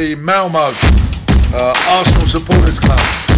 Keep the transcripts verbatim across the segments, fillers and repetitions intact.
the Malmo uh, Arsenal Supporters Club.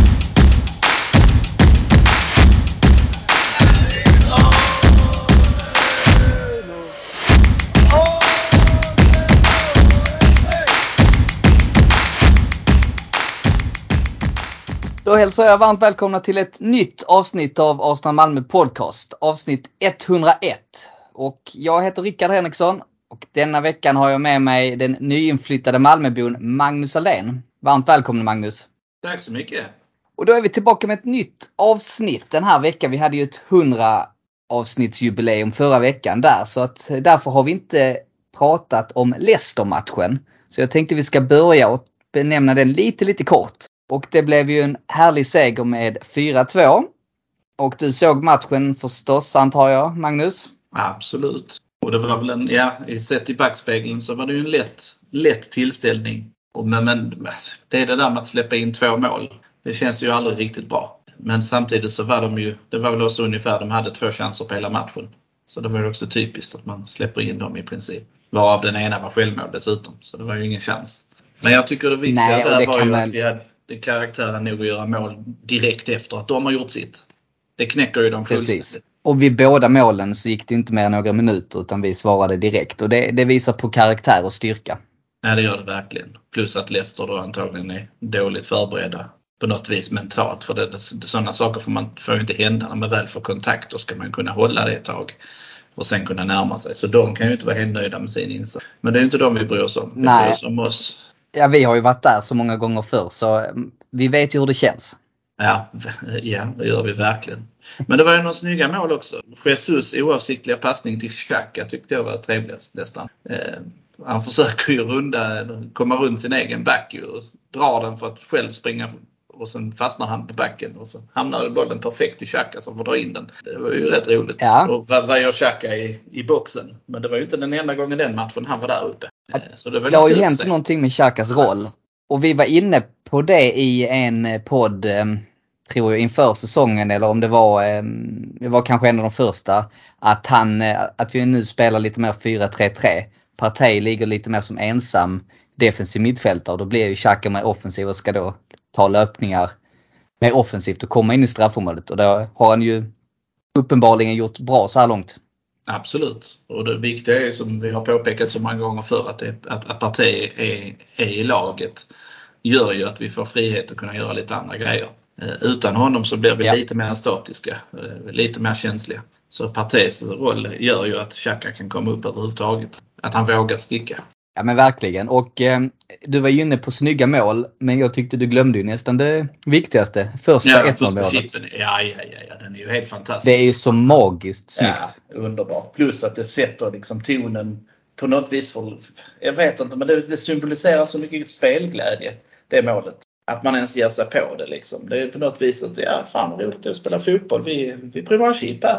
Då hälsar jag varmt välkomna till ett nytt avsnitt av Arsenal Malmö Podcast. Avsnitt etthundraett. Och jag heter Rickard Henriksson. Och denna veckan har jag med mig den nyinflyttade Malmöbon Magnus Aldén. Varmt välkommen Magnus. Tack så mycket. Och då är vi tillbaka med ett nytt avsnitt den här veckan. Vi hade ju ett hundra avsnittsjubileum förra veckan där. Så att därför har vi inte pratat om Leicester-matchen. Så jag tänkte vi ska börja och benämna den lite lite kort. Och det blev ju en härlig seger med fyra två. Och du såg matchen förstås, antar jag, Magnus? Absolut. Och det var väl en, ja, sett i backspegeln så var det ju en lätt, lätt tillställning. Och men, men det är det där med att släppa in två mål. Det känns ju aldrig riktigt bra. Men samtidigt så var de ju, det var väl också ungefär, de hade två chanser på hela matchen. Så det var ju också typiskt att man släpper in dem i princip. Varav den ena var självmål dessutom. Så det var ju ingen chans. Men jag tycker det viktiga Nej, där var ju man... att vi hade det karaktären nog att göra mål direkt efter att de har gjort sitt. Det knäcker ju dem fullständigt. Och vid båda målen så gick det inte mer än några minuter utan vi svarade direkt. Och det, det visar på karaktär och styrka. Ja, det gör det verkligen. Plus att Leicester då antagligen är dåligt förberedda på något vis mentalt. För det, det, sådana saker får man får ju inte hända. När man väl får kontakt då ska man kunna hålla det ett tag. Och sen kunna närma sig. Så de kan ju inte vara helt nöjda med sin insats. Men det är ju inte de vi bryr oss om. Vi bryr oss om oss. Ja, vi har ju varit där så många gånger förr så vi vet ju hur det känns. Ja, ja, det gör vi verkligen. Men det var ju några snygga mål också. Jesus oavsiktliga passning till Xhaka tyckte jag var trevligast nästan. Eh, han försöker ju runda, komma runt sin egen back och drar den för att själv springa och sen fastnar han på backen och så hamnar bollen perfekt i Xhaka som får dra in den. Det var ju rätt roligt. Ja. Och vad, vad gör Xhaka i, i boxen? Men det var ju inte den enda gången den matchen han var där uppe. Eh, så det, var det har ju hänt någonting med Xhakas roll. Och vi var inne på det i en podd, eh, tror jag, inför säsongen. Eller om det var, eh, det var kanske en av de första. Att, han, eh, att vi nu spelar lite mer fyra tre tre. Partey ligger lite mer som ensam defensiv mittfältare. Och då blir ju Xhaka mer offensiv och ska då ta löpningar mer offensivt och komma in i straffområdet. Och då har han ju uppenbarligen gjort bra så här långt. Absolut. Och det viktiga är som vi har påpekat så många gånger förr att, det, att, att Partey är, är i laget gör ju att vi får frihet att kunna göra lite andra grejer. Eh, utan honom så blir vi ja. lite mer statiska, eh, lite mer känsliga. Så Parteys roll gör ju att Xhaka kan komma upp överhuvudtaget. Att han vågar sticka. Ja men verkligen. Och eh, du var ju inne på snygga mål. Men jag tyckte du glömde ju nästan det viktigaste. Första ja, ett målet. Ja, ja, ja, ja, den är ju helt fantastisk. Det är ju så magiskt snyggt. Ja, underbart. Plus att det sätter liksom tonen på något vis för, jag vet inte, men det, det symboliserar så mycket spelglädje, det målet. Att man ens ger sig på det liksom. Det är på något vis att, ja fan vad roligt att spela fotboll. Vi, vi provar en chip här.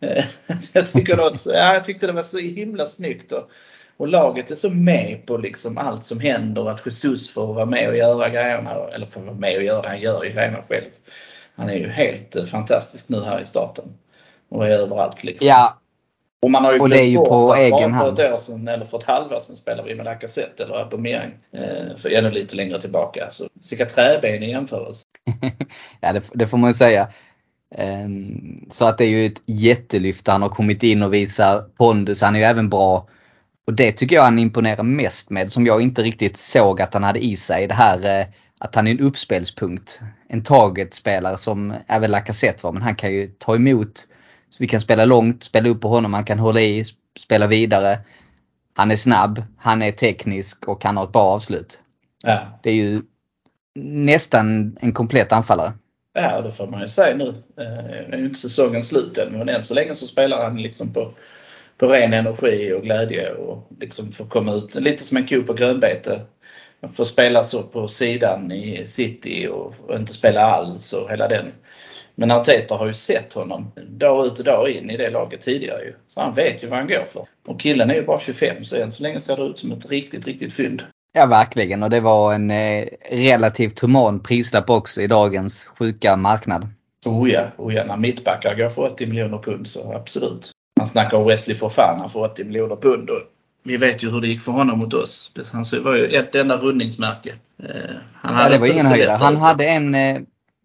jag, tycker något, ja, jag tyckte det var så himla snyggt och, och laget är så med på liksom allt som händer. Att Jesus får vara med och göra grejerna, eller får vara med och göra det, han gör ju grejerna själv. Han är ju helt fantastisk nu här i starten. Och är överallt liksom. Ja. Och man har ju och det är ju på att egen bara för hand. ett år sedan eller för ett halvår sedan spelar vi med Lacazette eller Aubameyang eh, för ännu lite längre tillbaka. Så vilka träben i jämförelse. ja, det, det får man ju säga. Um, så att det är ju ett jättelyft. Han har kommit in och visar pondus. Han är ju även bra. Och det tycker jag han imponerar mest med. Som jag inte riktigt såg att han hade i sig. Det här eh, att han är en uppspelspunkt. En targetspelare som även Lacazette var. Men han kan ju ta emot. Så vi kan spela långt, spela upp på honom. Han kan hålla i, spela vidare. Han är snabb, han är teknisk och han har ett bra avslut. Ja. Det är ju nästan en komplett anfallare. Ja, det får man ju säga nu. Det är ju inte säsongens slut än. Men än så länge så spelar han liksom på, på ren energi och glädje. Och liksom får komma ut lite som en ko på grönbete. Man får spela så på sidan i City och, och inte spela alls och hela den. Men Arteta har ju sett honom dag ut och dag in i det laget tidigare ju. Så han vet ju vad han går för. Och killen är ju bara tjugofem så än så länge ser det ut som ett riktigt, riktigt fynd. Ja, verkligen. Och det var en eh, relativt human prislapp också i dagens sjuka marknad. Oh ja, oh ja, när mittbackar går för åttio miljoner pund så absolut. Man snackar om Wesley Fofana för åttio miljoner pund och vi vet ju hur det gick för honom mot oss. Han var ju ett enda rundningsmärke. Han hade ja, det var ingen höjdare. Han ut. hade en eh,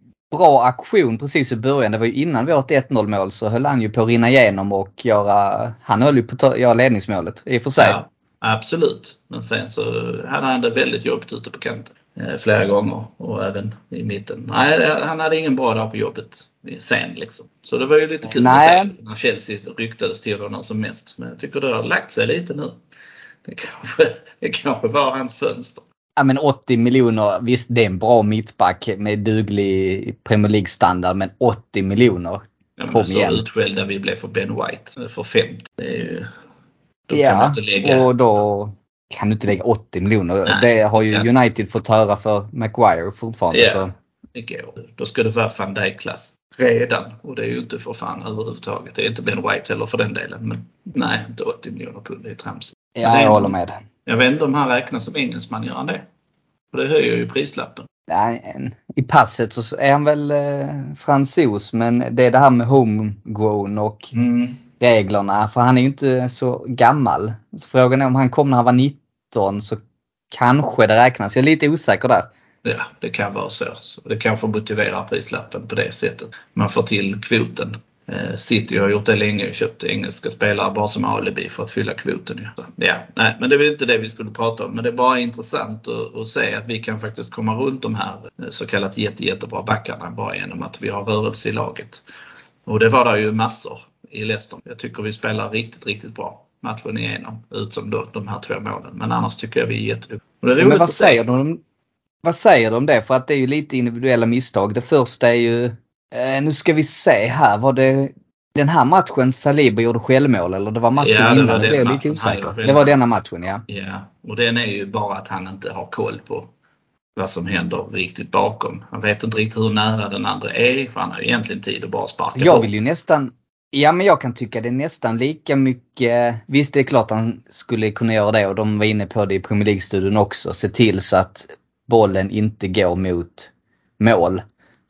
bra aktion precis i början. Det var ju innan vårt ett noll mål så höll han ju på att rinna igenom och göra, han höll ju på att göra ledningsmålet i och för sig. Ja, absolut. Men sen så hade han det väldigt jobbigt ute på kanten eh, flera gånger och även i mitten. Nej, han hade ingen bra dag på jobbet sen liksom. Så det var ju lite kul Nej. att se när Chelsea ryktades till honom som mest. Men jag tycker det har lagt sig lite nu. Det kanske, det kanske var hans fönster. Ja men åttio miljoner, visst det är en bra mittback med duglig Premier League-standard, men åttio miljoner. Ja, men så utskällda vi blev för Ben White för femtio. Det är ju, då ja, kan man inte lägga... och då kan du inte lägga åttio miljoner. Nej, det har ju kan... United fått höra för Maguire fortfarande. Ja, så. Det går. Då ska det vara Van Dijk-klass redan. Och det är ju inte för fan överhuvudtaget. Det är inte Ben White heller för den delen. Men nej, inte åttio miljoner pund. Det är trams. Ja, är jag håller någon... med. Jag vet inte om han räknas som engelsman, gör han det? Och det höjer ju prislappen. Nej, i passet så är han väl eh, fransos, men det är det här med homegrown och mm. reglerna. För han är ju inte så gammal. Så frågan är om han kom när han var nitton så kanske det räknas. Jag är lite osäker där. Ja, det kan vara så. så det kanske motiverar prislappen på det sättet. Man får till kvoten. City har gjort det länge och köpt engelska spelare bara som alibi för att fylla kvoten. Ja, nej, men det är väl inte det vi skulle prata om. Men det är bara intressant att, att se att vi kan faktiskt komma runt de här så kallat jätte, jättebra backarna bara genom att vi har rörelse i laget. Och det var där ju massor i Leicester. Jag tycker vi spelar riktigt, riktigt bra matchen igenom. Utom då, de här två målen. Men annars tycker jag vi är jätteduktiga. Och det är roligt men vad att säger se. de? Vad säger de om det? För att det är ju lite individuella misstag. Det första är ju, eh, nu ska vi se här, var det den här matchen Saliba gjorde självmål eller det var matchen ja, det innan? Var det blev lite osäker. Det var denna matchen, ja. Ja, och den är ju bara att han inte har koll på vad som händer riktigt bakom. Han vet inte riktigt hur nära den andra är, för han har egentligen tid att bara sparka. Jag vill ju nästan, ja men jag kan tycka det är nästan lika mycket, visst det är klart han skulle kunna göra det och de var inne på det i Premier League-studien också, se till så att bollen inte går mot mål.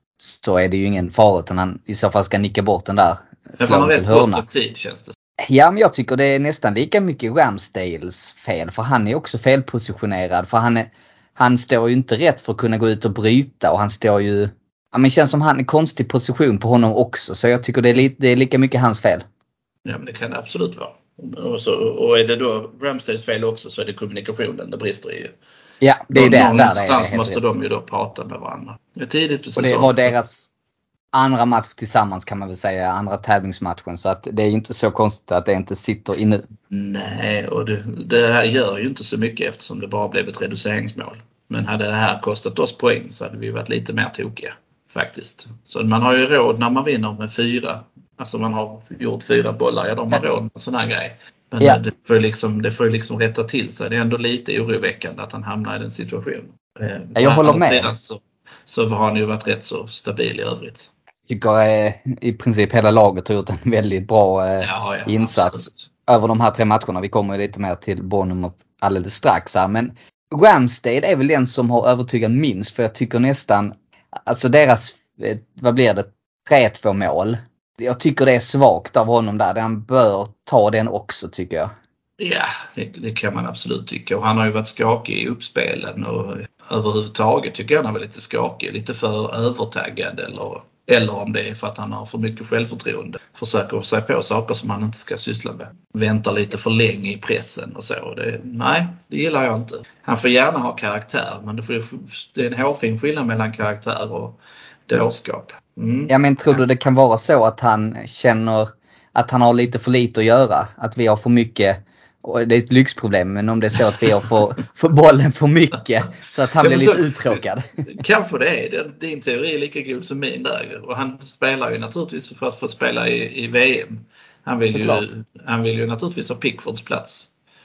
Så är det ju ingen fara utan han i så fall ska nicka bort den där. Det var rätt gott och tid känns det. Ja, men jag tycker det är nästan lika mycket Ramsdales fel. För han är också felpositionerad. För han, är, han står ju inte rätt för att kunna gå ut och bryta. Och han står ju, ja men känns som han är en konstig position på honom också. Så jag tycker det är, li, det är lika mycket hans fel. Ja men det kan det absolut vara. Och, så, och är det då Ramsdales fel också så är det kommunikationen det brister i. Ja, det är ju där, där det är. Någonstans måste rätt. De ju då prata med varandra. Det är tidigt på säsongen. Och det var deras andra match tillsammans kan man väl säga. Andra tävlingsmatchen. Så att det är ju inte så konstigt att det inte sitter i nu. Nej, och det, det här gör ju inte så mycket eftersom det bara blev ett reduceringsmål. Men hade det här kostat oss poäng så hade vi varit lite mer tokiga. Faktiskt. Så man har ju råd när man vinner med fyra. Alltså man har gjort fyra bollar. Ja, de har råd med sån här grej. Men ja. det får ju liksom, det får ju liksom rätta till sig. Det är ändå lite oroväckande att han hamnar i den situationen. Ja, jag håller med. Så, så har han ju varit rätt så stabil i övrigt. Jag tycker eh, i princip hela laget har gjort en väldigt bra eh, ja, ja, insats absolut. Över de här tre matcherna. Vi kommer ju lite mer till Bournemouth alldeles strax här. Men Ramsdale är väl den som har övertygat minst. För jag tycker nästan, alltså deras, eh, vad blir det, tre två mål. Jag tycker det är svagt av honom där. Han bör ta den också tycker jag. Ja, det, det kan man absolut tycka. Och han har ju varit skakig i uppspelen. Och överhuvudtaget tycker jag han var lite skakig. Lite för övertaggad. Eller, eller om det är för att han har för mycket självförtroende. Försöker sig på saker som han inte ska syssla med. Väntar lite för länge i pressen och så. Det, nej, det gillar jag inte. Han får gärna ha karaktär. Men det, får, det är en hårfin skillnad mellan karaktär och dårskap. Mm. Ja, men tror du det kan vara så att han känner att han har lite för lite att göra? Att vi har för mycket, och det är ett lyxproblem, men om det är så att vi har för, för bollen för mycket så att han blir så, lite uttråkad. Kanske det är. Din teori är lika god som min där. Och han spelar ju naturligtvis för att få spela i, i V M. Han vill, ju, han vill ju naturligtvis ha Pickfords plats.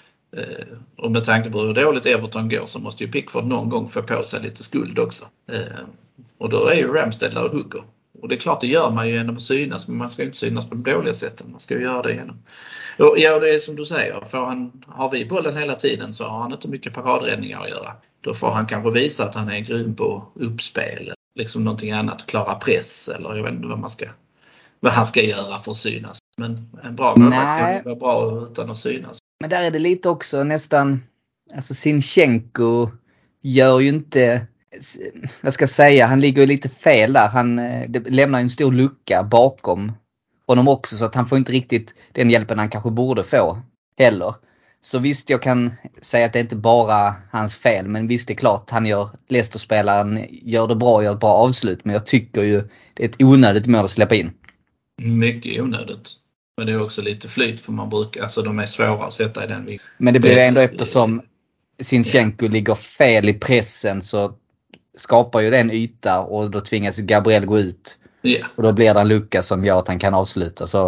Eh, och med tanke på hur dåligt Everton går så måste ju Pickford någon gång få på sig lite skuld också. Eh, och då är ju Ramsdale där och hugger. Och det är klart det gör man ju genom att synas, men man ska inte synas på de dåliga sätten. Man ska ju göra det genom. Och ja, det är som du säger. Får han, har vi bollen hela tiden så har han inte mycket paradräddningar att göra. Då får han kanske visa att han är grym på uppspel. Liksom någonting annat, klara press eller jag vet inte vad man ska, vad han ska göra för att synas. Men en bra målvakt kan vara bra utan att synas. Men där är det lite också nästan, alltså Zinchenko gör ju inte, vad ska jag säga, han ligger ju lite fel där. Han det lämnar ju en stor lucka bakom honom också, så att han får inte riktigt den hjälpen han kanske borde få heller. Så visst, jag kan säga att det inte bara hans fel, men visst, det är klart han gör, Leicester-spelaren gör det bra, gör ett bra avslut, men jag tycker ju det är ett onödigt mål att släppa in. Mycket onödigt. Men det är också lite flyt, för man brukar, alltså de är svåra att sätta i den vikten. Men det blir ändå, eftersom Zinchenko yeah. ligger fel i pressen, så skapar ju den yta och då tvingas Gabriel gå ut. Yeah. Och då blir det en lucka som gör att han kan avsluta. Så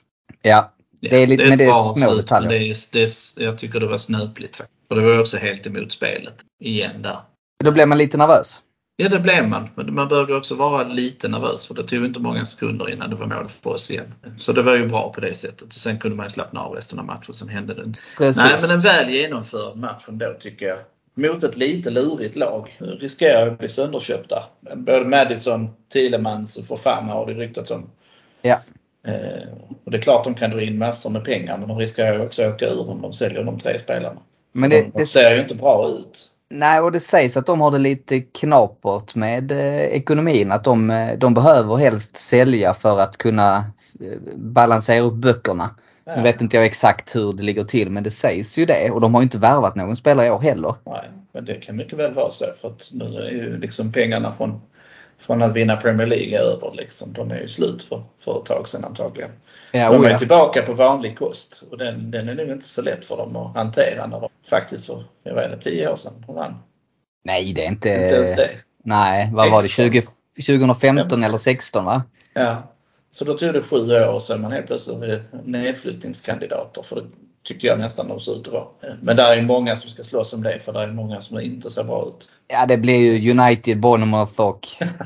ja, yeah. det är lite, det är men det är små slut, detaljer. Men det är, det är, jag tycker det var snöpligt. Och det var också helt emot spelet igen där. Då blev man lite nervös. Ja, det blev man. Men man behövde också vara lite nervös, för det tog inte många sekunder innan det var mål för oss igen. Så det var ju bra på det sättet. Sen kunde man ju slappna av resten av matchen, sen hände det inte. Precis. Nej, men en väl genomförd matchen då, tycker jag. Mot ett lite lurigt lag. Riskerar att bli sönderköpta. Både Madison, Thielemans och Fofana har det ryktats om. Ja. Eh, och det är klart de kan dra in massor med pengar, men de riskerar ju också att åka ur om de säljer de tre spelarna. Men det, de, de ser ju inte bra ut. Nej, och det sägs att de har det lite knapert med eh, ekonomin. Att de, de behöver helst sälja för att kunna eh, balansera upp böckerna. Ja. Nu vet inte jag exakt hur det ligger till, men det sägs ju det. Och de har ju inte värvat någon spelare i år heller. Nej, men det kan mycket väl vara så. För att nu är ju liksom pengarna från, från att vinna Premier League över. Liksom. De är ju slut för, för ett tag sedan antagligen. Ja, de är tillbaka på vanlig kost. Och den, den är nog inte så lätt för dem att hantera när de faktiskt för, jag vet inte, tio år sedan vann. Nej, det är inte... Inte ens det. Nej, vad var det? tjugo, tjugohundrafemton eller sexton, va? Ja, så då tog det sju år och sen man helt plötsligt nedflyttningskandidater. För det tyckte jag nästan de såg ut att vara. Men där är många som ska slåss om det, för det är många som inte ser bra ut. Ja, det blir ju United, Bournemouth och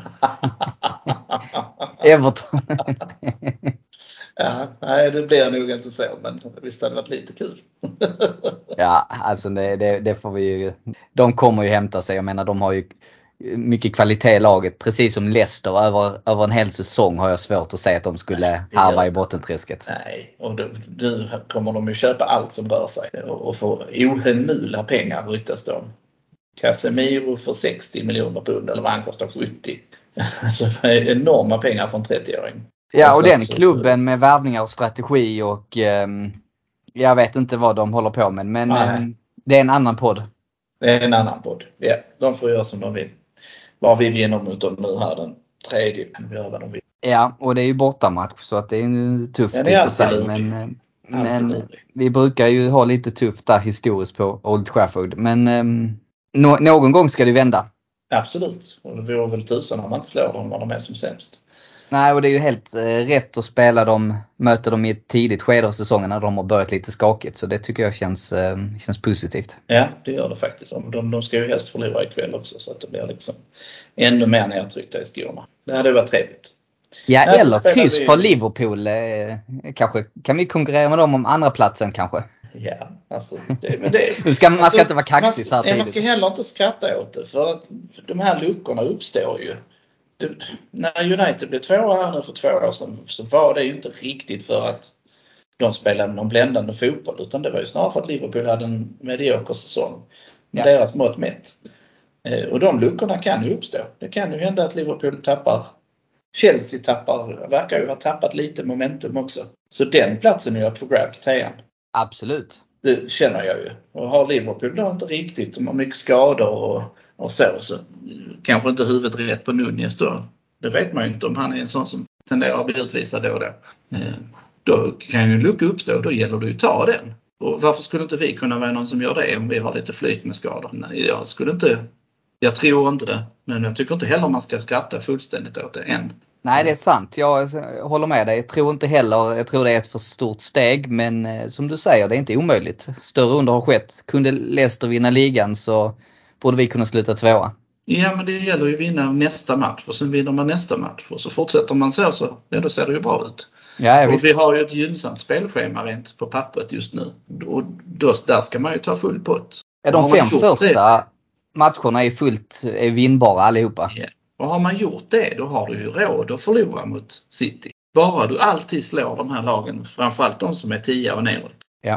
Everton. Ja, nej, det blir nog inte så, men visst hade det varit lite kul. Ja, alltså det, det, det får vi ju. De kommer ju hämta sig. Jag menar, de har ju mycket kvalitet i laget. Precis som Leicester, över, över en hel säsong har jag svårt att säga att de skulle harva i bottenträsket. Nej, och nu kommer de ju köpa allt som rör sig. Och få ohemula pengar, ryktas de. Casemiro för sextio miljoner pund, eller vad han kostar, sjuttio. Alltså enorma pengar från trettio-åring. Ja, och den klubben med värvningar och strategi och um, jag vet inte vad de håller på med, men um, det är en annan podd. Det är en annan podd. Ja, de får göra som de vill. Vad vi vinner mot dem nu här den tredje, de gör vad de vill. Ja, och det är ju bortamatch, så att det är ju tufft ja, det är i sig, men, men lurig. Vi brukar ju ha lite tufft där historiskt på Old Trafford, men um, no- någon gång ska det vända. Absolut, och det vore väl tusen om man inte slår dem när de är som sämst. Nej, och det är ju helt eh, rätt att spela dem, möta dem i ett tidigt skede av säsongen när de har börjat lite skakigt. Så det tycker jag känns, eh, känns positivt. Ja, det gör det faktiskt. De, de ska ju helst förlora ikväll också, så att det blir liksom ännu mer nedtryckta i skorna. Det hade varit trevligt. Ja, Nej, eller kryss vi... för Liverpool. Eh, kanske. Kan vi konkurrera med dem om andra platsen kanske? Ja, alltså det, men det, ska, man alltså, ska inte vara kaxig så här tidigt. Man ska heller inte skratta åt det, för att de här luckorna uppstår ju. Det, när United blev tvåa här nu för två år sedan, så var det ju inte riktigt för att de spelade någon bländande fotboll, utan det var ju snarare för att Liverpool hade en medioker säsong med ja. deras mått mätt. Eh, och de luckorna kan ju uppstå. Det kan ju hända att Liverpool tappar, Chelsea tappar, verkar ju ha tappat lite momentum också. Så den platsen är ju upp för grabs, trean. Absolut. Det känner jag ju. Och har Liverpool då inte riktigt, de har mycket skador och, och så, så kanske inte huvudet rätt på Nunez då. Det vet man ju inte om han är en sån som tenderar att bli utvisad då och då. Eh, då kan ju en lucka uppstå, då gäller det ju att ta den. Och varför skulle inte vi kunna vara någon som gör det om vi har lite flyt med skador? Nej, jag skulle inte, jag tror inte det. Men jag tycker inte heller man ska skratta fullständigt åt det än. Nej, det är sant. Jag håller med dig. Jag tror inte heller, jag tror det är ett för stort steg. Men eh, som du säger, det är inte omöjligt. Större under har skett. Kunde Leicester vinna ligan så borde vi kunna sluta tvåa. Ja, men det gäller ju att vinna nästa match. Och sen vinner man nästa match. Och så fortsätter man så, så ja, då ser det ju bra ut. Ja, och visst. vi har ju ett gynnsamt spelschema rent på pappret just nu. Och då, där ska man ju ta full pott. Ja, de fem första det? matcherna är fullt är vinnbara allihopa. Ja. Och har man gjort det, då har du ju råd att förlora mot City. Bara du alltid slår de här lagen, framförallt de som är tio och neråt. Ja.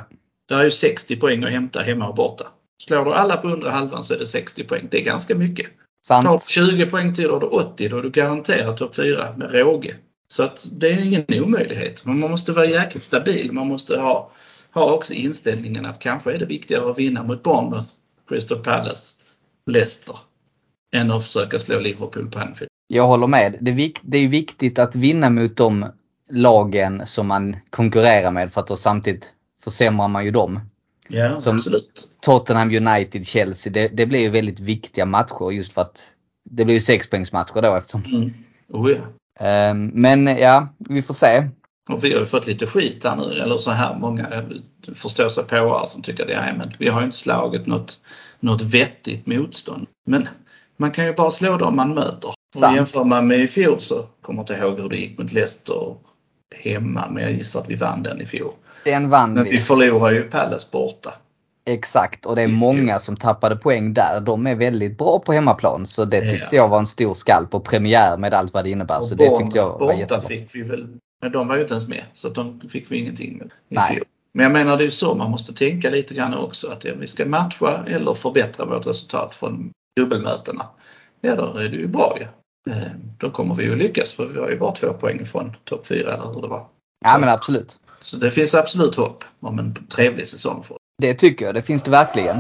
Det är ju sextio poäng att hämta hemma och borta. Slår du alla på undre halvan så är det sextio poäng. Det är ganska mycket. Sant. Tar tjugo poäng till och då åttio, då är du garanterat topp fyra med råge. Så att det är ingen omöjlighet. Men man måste vara jäkligt stabil. Man måste ha, ha också inställningen att kanske är det viktigare att vinna mot Bournemouth, Crystal Palace, Leicester än att försöka slå Liverpool på Anfield. Jag håller med. Det är, vik- det är viktigt att vinna mot de lagen som man konkurrerar med, för att då samtidigt försämrar man ju dem. Ja, som absolut. Tottenham, United, Chelsea. Det, det blir ju väldigt viktiga matcher just för att det blir ju sexpoängsmatcher då eftersom. Mm. Oh, ja. Um, men ja, vi får se. Och vi har ju fått lite skit här nu, eller så här många förstår sig på här som tycker att ja, men vi har ju inte slagit något, något vettigt motstånd. Men man kan ju bara slå dem man möter. Och jämför man med i fjol så kommer jag inte ihåg hur det gick mot Leicester hemma, men jag gissar att vi vann den i fjol. Den vann men vi. vi förlorar ju Palace borta. Exakt, och det är många som tappade poäng där. De är väldigt bra på hemmaplan, så det tyckte ja. jag var en stor skall på premiär med allt vad det innebär. Och så det tyckte jag var borta jättebra. Fick vi väl, men de var ju inte ens med, så att de fick vi ingenting med i Nej. fjol. Men jag menar det är ju så man måste tänka lite grann också, att vi ska matcha eller förbättra vårt resultat från dubbelmötena. Ja, då är det ju bra ju. Ja. Då kommer vi ju lyckas, för vi har ju bara två poäng från topp fyra eller hur det var. Ja, så, men absolut. Så det finns absolut hopp om en trevlig säsong för oss. Det tycker jag, det finns det verkligen.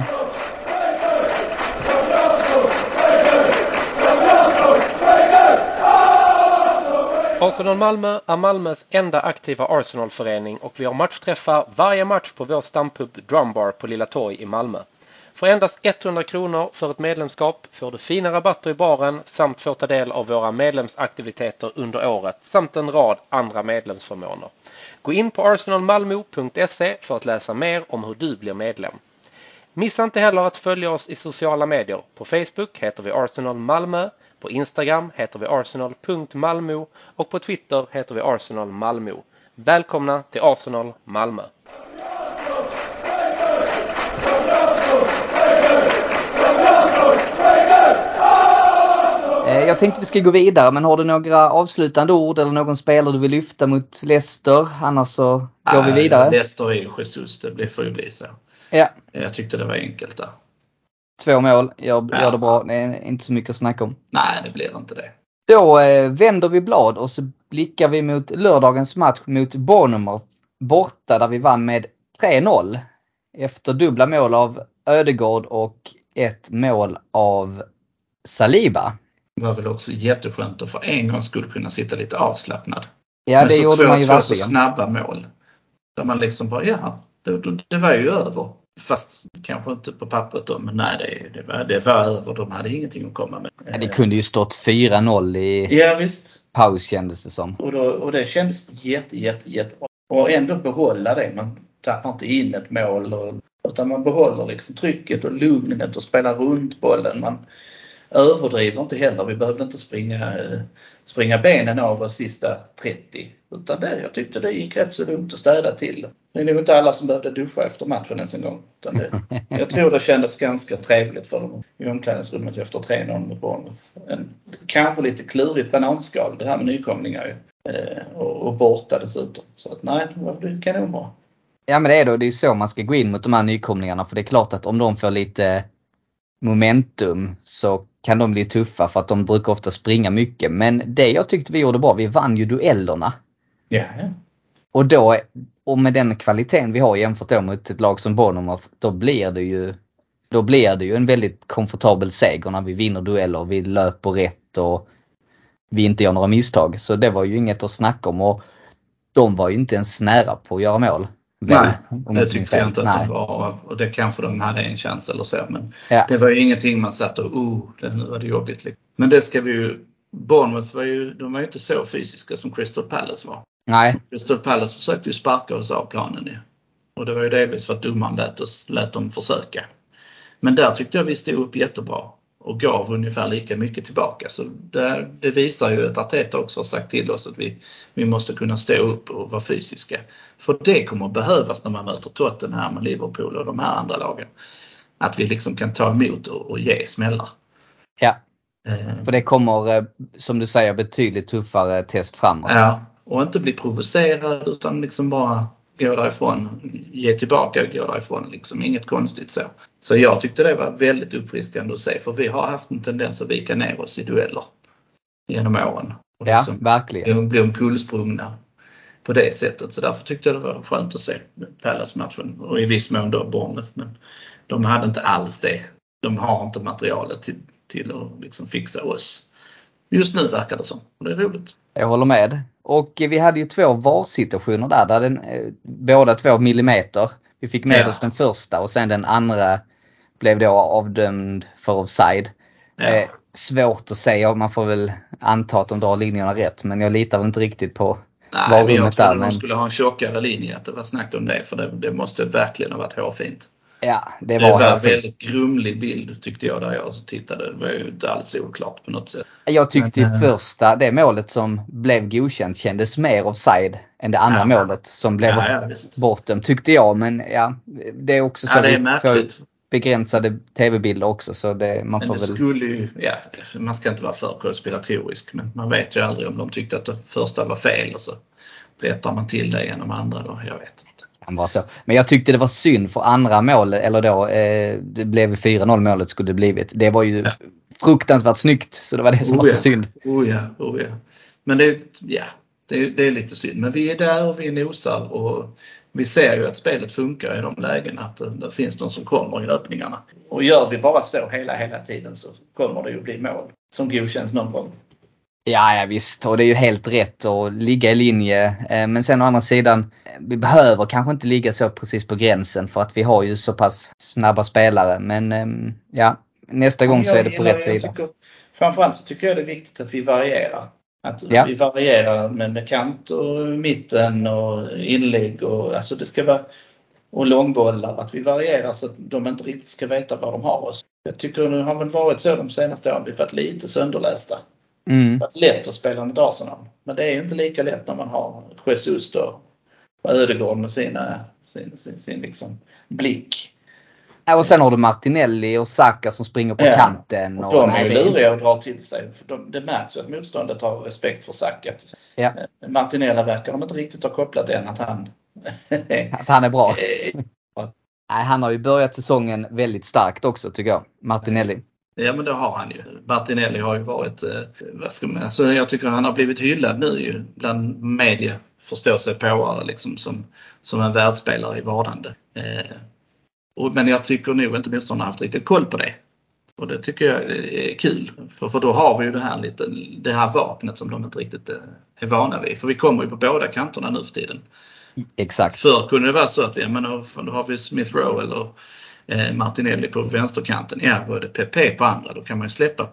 Arsenal Malmö är Malmös enda aktiva Arsenal-förening och vi har matchträffar varje match på vår stampub Drumbar på Lilla Torg i Malmö. För endast hundra kronor för ett medlemskap får du fina rabatter i baren samt får ta del av våra medlemsaktiviteter under året samt en rad andra medlemsförmåner. Gå in på arsenal malmo punkt se för att läsa mer om hur du blir medlem. Missa inte heller att följa oss i sociala medier. På Facebook heter vi Arsenal Malmö, på Instagram heter vi arsenal punkt malmo och på Twitter heter vi Arsenal Malmö. Välkomna till Arsenal Malmö! Jag tänkte vi ska gå vidare, men har du några avslutande ord eller någon spelare du vill lyfta mot Leicester? Annars så går vi vidare. Leicester är ju Jesus, det blir för ju bli så. Ja. Jag tyckte det var enkelt där. Två mål, jag ja. gör det bra. Det är inte så mycket att snacka om. Nej, det blir inte det. Då eh, vänder vi blad och så blickar vi mot lördagens match mot Bournemouth borta, där vi vann med tre noll. Efter dubbla mål av Ödegaard och ett mål av Saliba. Det var väl också jätteskönt att för en gång skulle kunna sitta lite avslappnad. Ja, men det så gjorde två, man ju två verkligen. så snabba mål. Där man liksom bara, ja, det, det var ju över. Fast kanske inte på pappret då, men nej, det, det, var, det var över. De hade ingenting att komma med. Ja, det kunde ju stått fyra noll i ja, visst. paus, kändes det som. Och, då, och det kändes jätte, jätte, jättebra. Och ändå behålla det. Man tappar inte in ett mål. Och, utan man behåller liksom trycket och lugnet och spelar runt bollen. Man överdriver inte heller. Vi behövde inte springa, springa benen av oss sista trettio. Utan det, jag tyckte det gick rätt så lugnt att städa till. Det är nog inte alla som behövde duscha efter matchen ens en gång. Utan det, jag tror det kändes ganska trevligt för dem i omklädningsrummet efter tre noll mot Bournemouth. En, kanske lite klurigt bananskal det här med nykomlingar ju. Eh, och, och borta dessutom. Så att nej, det kan nog bra. Ja, men det är då, det är så man ska gå in mot de här nykomlingarna. För det är klart att om de får lite momentum så kan de bli tuffa, för att de brukar ofta springa mycket. Men det jag tyckte vi gjorde bra, vi vann ju duellerna. Ja, ja. Och då, och med den kvaliteten vi har jämfört då mot ett lag som Bournemouth, då blir det ju då blir det ju en väldigt komfortabel seger när vi vinner dueller, vi löper rätt och vi inte gör några misstag. Så det var ju inget att snacka om, och de var ju inte ens nära på att göra mål. Nej, om det tyckte jag inte att Nej. de var, och det kanske de hade en chans eller så, men ja. Det var ju ingenting man satt och oh, det, nu var det jobbigt. Liksom. Men det ska vi ju, Bournemouth var ju, de var ju inte så fysiska som Crystal Palace var. Nej. Crystal Palace försökte ju sparka oss av planen nu. Och det var ju delvis för att domaren lät, oss, lät dem försöka. Men där tyckte jag vi stod upp jättebra och gav ungefär lika mycket tillbaka. Så det, det visar ju att Arteta också har sagt till oss att vi, vi måste kunna stå upp och vara fysiska. För det kommer att behövas när man möter Tottenham och Liverpool och de här andra lagen. Att vi liksom kan ta emot och, och ge smällar. Ja, eh. för det kommer, som du säger, betydligt tuffare test framåt. Ja, och inte bli provocerad utan liksom bara gå därifrån, ge tillbaka och gå därifrån. Liksom inget konstigt så. Så jag tyckte det var väldigt uppfriskande att se. För vi har haft en tendens att vika ner oss i dueller genom åren. Och Ja, liksom verkligen. bli omkullsprungna på det sättet. Så därför tyckte jag det var skönt att se Palace-matchen. Och i viss mån då Bournemouth. Men de hade inte alls det. De har inte materialet till, till att liksom fixa oss. Just nu verkar det som. Och det är roligt. Jag håller med. Och vi hade ju två VAR-situationer där. där den, eh, båda två millimeter. Vi fick med Ja. oss den första och sen den andra blev då avdömd för offside. Ja. Eh, svårt att säga. Man får väl anta att de drar linjerna rätt. Men jag litar väl inte riktigt på Nej, men jag VAR-rummet trodde där. de Men skulle ha en tjockare linje. Att det var snack om det. För det, det måste verkligen ha varit hårfint. ja, det Det var, var en hårfint. väldigt grumlig bild tyckte jag där jag tittade. Det var ju inte alls oklart på något sätt. Jag tyckte Men, ju äh, första, det målet som blev godkänt kändes mer offside än det andra Ja. målet som blev Ja, ja, visst. bortom, tyckte jag. Men ja, det är också så Ja, det är vi märkligt. får begränsade tv-bilder också. Så det, man Men får det väl... skulle ju, ja, man ska inte vara för konspiratorisk, men man vet ju aldrig om de tyckte att det första var fel och så rättar man till det genom andra då, jag vet inte. kan vara så. Men jag tyckte det var synd för andra målet, eller då, eh, det blev fyra noll målet skulle det blivit. Det var ju Ja. fruktansvärt snyggt, så det var det som Oh, var ja. så synd. Oh ja, oh ja. Men det, ja, det, är, det är lite synd. Men vi är där och vi nosar och vi ser ju att spelet funkar i de lägena. Att det, det finns de som kommer i öppningarna. Och gör vi bara så hela, hela tiden så kommer det ju bli mål som godkänns någon gång. Ja, ja visst. Och det är ju helt rätt att ligga i linje. Eh, Men sen å andra sidan, vi behöver kanske inte ligga så precis på gränsen för att vi har ju så pass snabba spelare. Men ehm, ja, nästa gång så är det på Jag rätt sida. Tycker, framförallt så tycker jag det är viktigt att vi varierar. Att Ja. vi varierar med, med kant och mitten och inlägg och alltså det ska vara och långbollar. Att vi varierar så att de inte riktigt ska veta var de har oss. Jag tycker nu har väl varit så de senaste åren. Vi har varit lite sönderlästa. Mm. Det har varit lätt att spela mot Arsenal. Men det är ju inte lika lätt när man har Jesus då. Och Ödegård med sina, sin, sin, sin liksom blick. Ja, och sen har du Martinelli och Saka som springer på Ja, kanten. Och de nej, är ju det är- luriga att dra till sig. För de, det märks ju att motståndet har respekt för Saka. Ja, Martinelli verkar de inte riktigt ha kopplat än att han... att han är bra. Eh, Nej, han har ju börjat säsongen väldigt starkt också tycker jag, Martinelli. Ja, men det har han ju. Martinelli har ju varit, eh, vad ska man, alltså jag tycker han har blivit hyllad nu ju bland media, förstår sig på liksom som, som en världsspelare i vardande. Eh, och, men jag tycker nog inte motståndarna har haft riktigt koll på det. Och det tycker jag är kul. För, för då har vi ju det här, lite, det här vapnet som de inte riktigt eh, är vana vid. För vi kommer ju på båda kanterna nu för tiden. Exakt. Förr kunde det vara så att vi, men då, då har vi Smith Rowe eller eh, Martinelli på vänsterkanten. Ja, då är det P P på andra. Då kan man ju släppa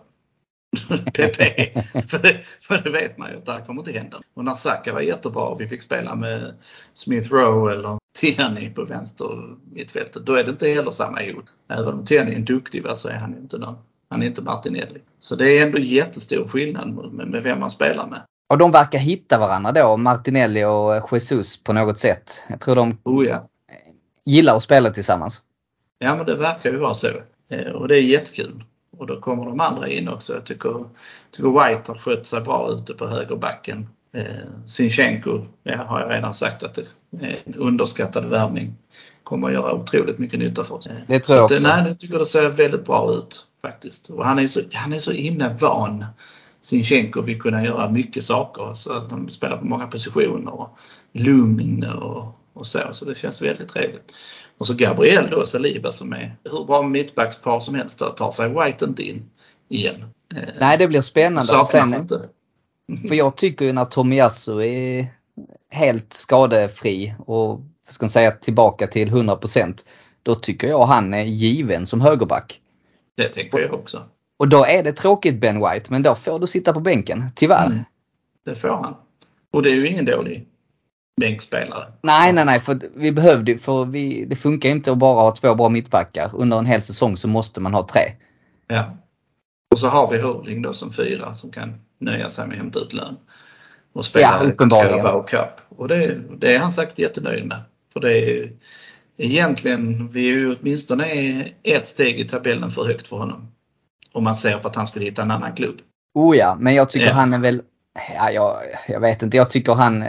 P P. för, det, för det vet man ju att det här kommer inte hända. Och när Saka var jättebra och vi fick spela med Smith Rowe eller Tierney på vänster mittfältet. Då är det inte heller samma hot. Även om Tierney är en duktig så är han inte någon. Han är inte Martinelli. Så det är ändå jättestor skillnad med, med vem man spelar med. Och de verkar hitta varandra då, Martinelli och Jesus på något sätt. Jag tror de Oh ja. gillar att spela tillsammans. Ja, men det verkar ju vara så. Eh, och det är jättekul. Och då kommer de andra in också. Jag tycker, tycker White har skött sig bra ute på högerbacken. Eh, Zinchenko, ja, har jag redan sagt att det är en underskattad värvning. Kommer att göra otroligt mycket nytta för oss. Eh, Det tror jag så att, också. Nej, jag tycker det ser väldigt bra ut faktiskt. Och han är så, han är så himla van. Zinchenko vill kunna göra mycket saker. Så att de spelar på många positioner. Och lugn och, och så. Så det känns väldigt trevligt. Och så Gabriel då, Saliba som är hur bra mittbackspar som helst där, tar sig White inte in igen. Nej, det blir spännande. Saknas Sen, inte. för jag tycker ju när Tomiyasu är helt skadefri och ska man säga tillbaka till hundra procent, då tycker jag han är given som högerback. Det tänker jag också. Och då är det tråkigt Ben White, men då får du sitta på bänken, tyvärr. Mm, det får han. Och det är ju ingen dålig bänkspelare. Nej, nej, nej, för vi behövde, för vi, det funkar inte att bara ha två bra mittbackar. Under en hel säsong så måste man ha tre. Ja. Och så har vi Hurling då som fyra som kan nöja sig med att hämta ut lön. Och spela Ja, uppenbarligen. Carabao Cup. Och det, det är han sagt jättenöjd med. För det är ju egentligen, vi är ju åtminstone ett steg i tabellen för högt för honom. Om man ser på att han skulle hitta en annan klubb. Oh ja, men jag tycker Ja. han är väl, ja, jag, jag vet inte, jag tycker han,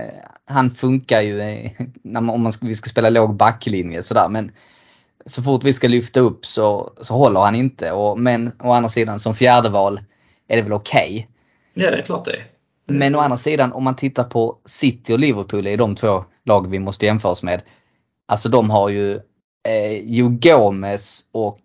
han funkar ju när man, om man ska, vi ska spela låg backlinje sådär, men så fort vi ska lyfta upp så, så håller han inte. Och, men å andra sidan som fjärde val är det väl okej. Ja, det är klart det. Men å andra sidan, om man tittar på City och Liverpool är de två lag vi måste jämföras med. Alltså de har ju eh, Joe Gomez och